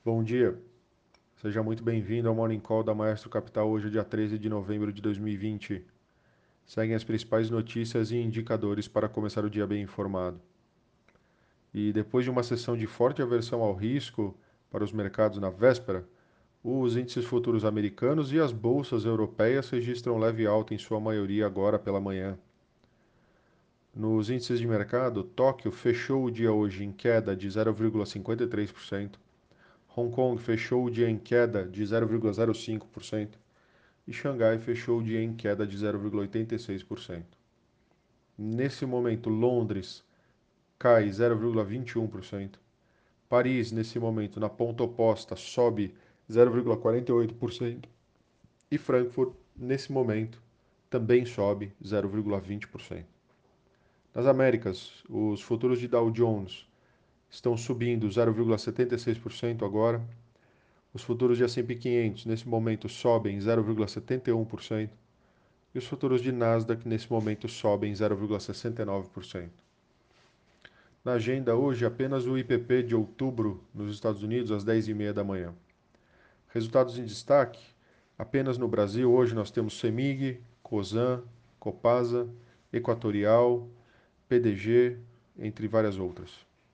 Bom dia, seja muito bem-vindo ao Morning Call da Maestro Capital. Hoje é dia 13 de novembro de 2020. Seguem as principais notícias e indicadores para começar o dia bem informado. E depois de uma sessão de forte aversão ao risco para os mercados na véspera, os índices futuros americanos e as bolsas europeias registram leve alta em sua maioria agora pela manhã. Nos índices de mercado, Tóquio fechou o dia hoje em queda de 0,53%. Hong Kong fechou o dia em queda de 0,05% e Xangai fechou o dia em queda de 0,86%. Nesse momento, Londres cai 0,21%. Paris, nesse momento, na ponta oposta, sobe 0,48%. E Frankfurt, nesse momento, também sobe 0,20%. Nas Américas, os futuros de Dow Jones estão subindo 0,76% agora. Os futuros de S&P 500 nesse momento sobem 0,71% e os futuros de Nasdaq nesse momento sobem 0,69%. Na agenda hoje, apenas o IPP de outubro nos Estados Unidos às 10h30 da manhã. Resultados em destaque, apenas no Brasil hoje nós temos CEMIG, Cosan, Copasa, Equatorial, PDG, entre várias outras.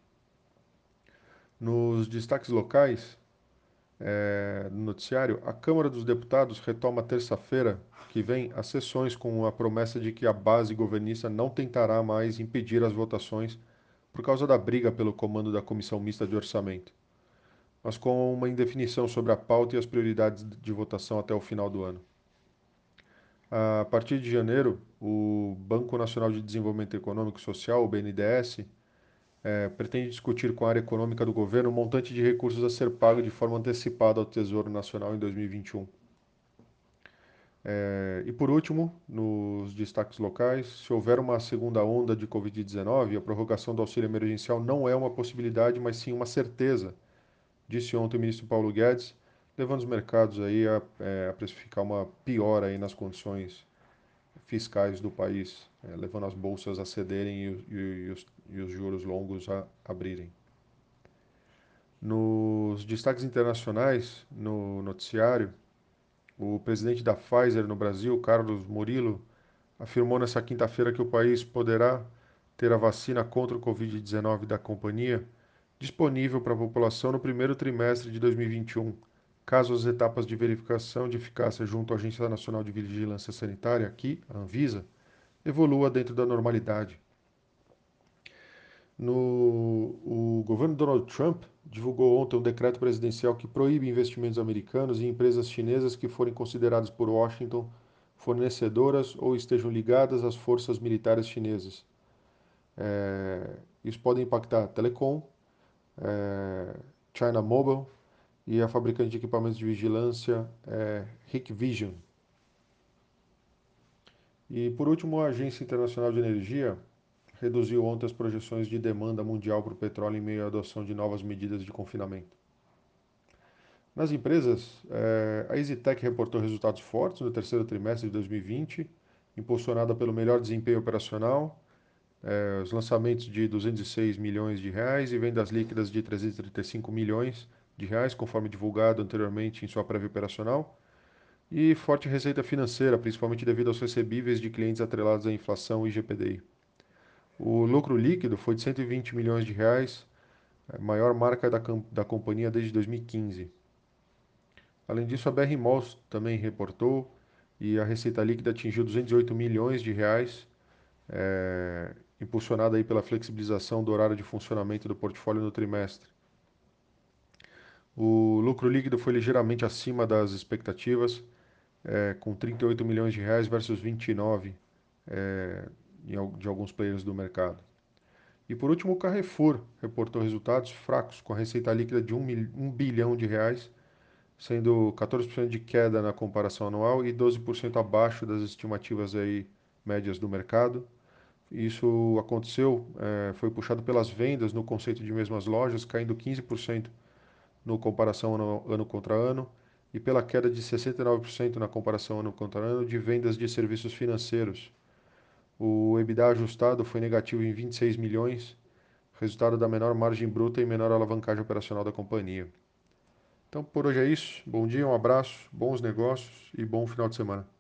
Nos destaques locais, no noticiário, a Câmara dos Deputados retoma terça-feira que vem as sessões com a promessa de que a base governista não tentará mais impedir as votações por causa da briga pelo comando da Comissão Mista de Orçamento, mas com uma indefinição sobre a pauta e as prioridades de votação até o final do ano. A partir de janeiro, o Banco Nacional de Desenvolvimento Econômico e Social, o BNDES, pretende discutir com a área econômica do governo o montante de recursos a ser pago de forma antecipada ao Tesouro Nacional em 2021. E por último, nos destaques locais, se houver uma segunda onda de Covid-19, a prorrogação do auxílio emergencial não é uma possibilidade, mas sim uma certeza, disse ontem o ministro Paulo Guedes, levando os mercados aí a precificar uma piora aí nas condições fiscais do país, levando as bolsas a cederem e os juros longos a abrirem. Nos destaques internacionais, no noticiário, o presidente da Pfizer no Brasil, Carlos Murilo, afirmou nesta quinta-feira que o país poderá ter a vacina contra o Covid-19 da companhia disponível para a população no primeiro trimestre de 2021, caso as etapas de verificação de eficácia junto à Agência Nacional de Vigilância Sanitária, aqui, a Anvisa, evolua dentro da normalidade. O governo Donald Trump divulgou ontem um decreto presidencial que proíbe investimentos americanos em empresas chinesas que forem consideradas por Washington fornecedoras ou estejam ligadas às forças militares chinesas. Isso pode impactar a Telecom, China Mobile e a fabricante de equipamentos de vigilância Hikvision. E por último, a Agência Internacional de Energia reduziu ontem as projeções de demanda mundial para o petróleo em meio à adoção de novas medidas de confinamento. Nas empresas, a EasyTech reportou resultados fortes no terceiro trimestre de 2020, impulsionada pelo melhor desempenho operacional, os lançamentos de 206 milhões de reais e vendas líquidas de 335 milhões de reais, conforme divulgado anteriormente em sua prévia operacional, e forte receita financeira, principalmente devido aos recebíveis de clientes atrelados à inflação e GPDI. O lucro líquido foi de 120 milhões de reais, a maior marca da companhia desde 2015. Além disso, a BR Malls também reportou e a receita líquida atingiu 208 milhões de reais, impulsionada aí pela flexibilização do horário de funcionamento do portfólio no trimestre. O lucro líquido foi ligeiramente acima das expectativas, com 38 milhões de reais versus 29 de alguns players do mercado. E por último, o Carrefour reportou resultados fracos, com a receita líquida de 1 bilhão de reais, sendo 14% de queda na comparação anual e 12% abaixo das estimativas aí médias do mercado. Isso aconteceu, foi puxado pelas vendas no conceito de mesmas lojas, caindo 15% no comparação ano contra ano, e pela queda de 69% na comparação ano contra ano de vendas de serviços financeiros. O EBITDA ajustado foi negativo em 26 milhões, resultado da menor margem bruta e menor alavancagem operacional da companhia. Então por hoje é isso. Bom dia, um abraço, bons negócios e bom final de semana.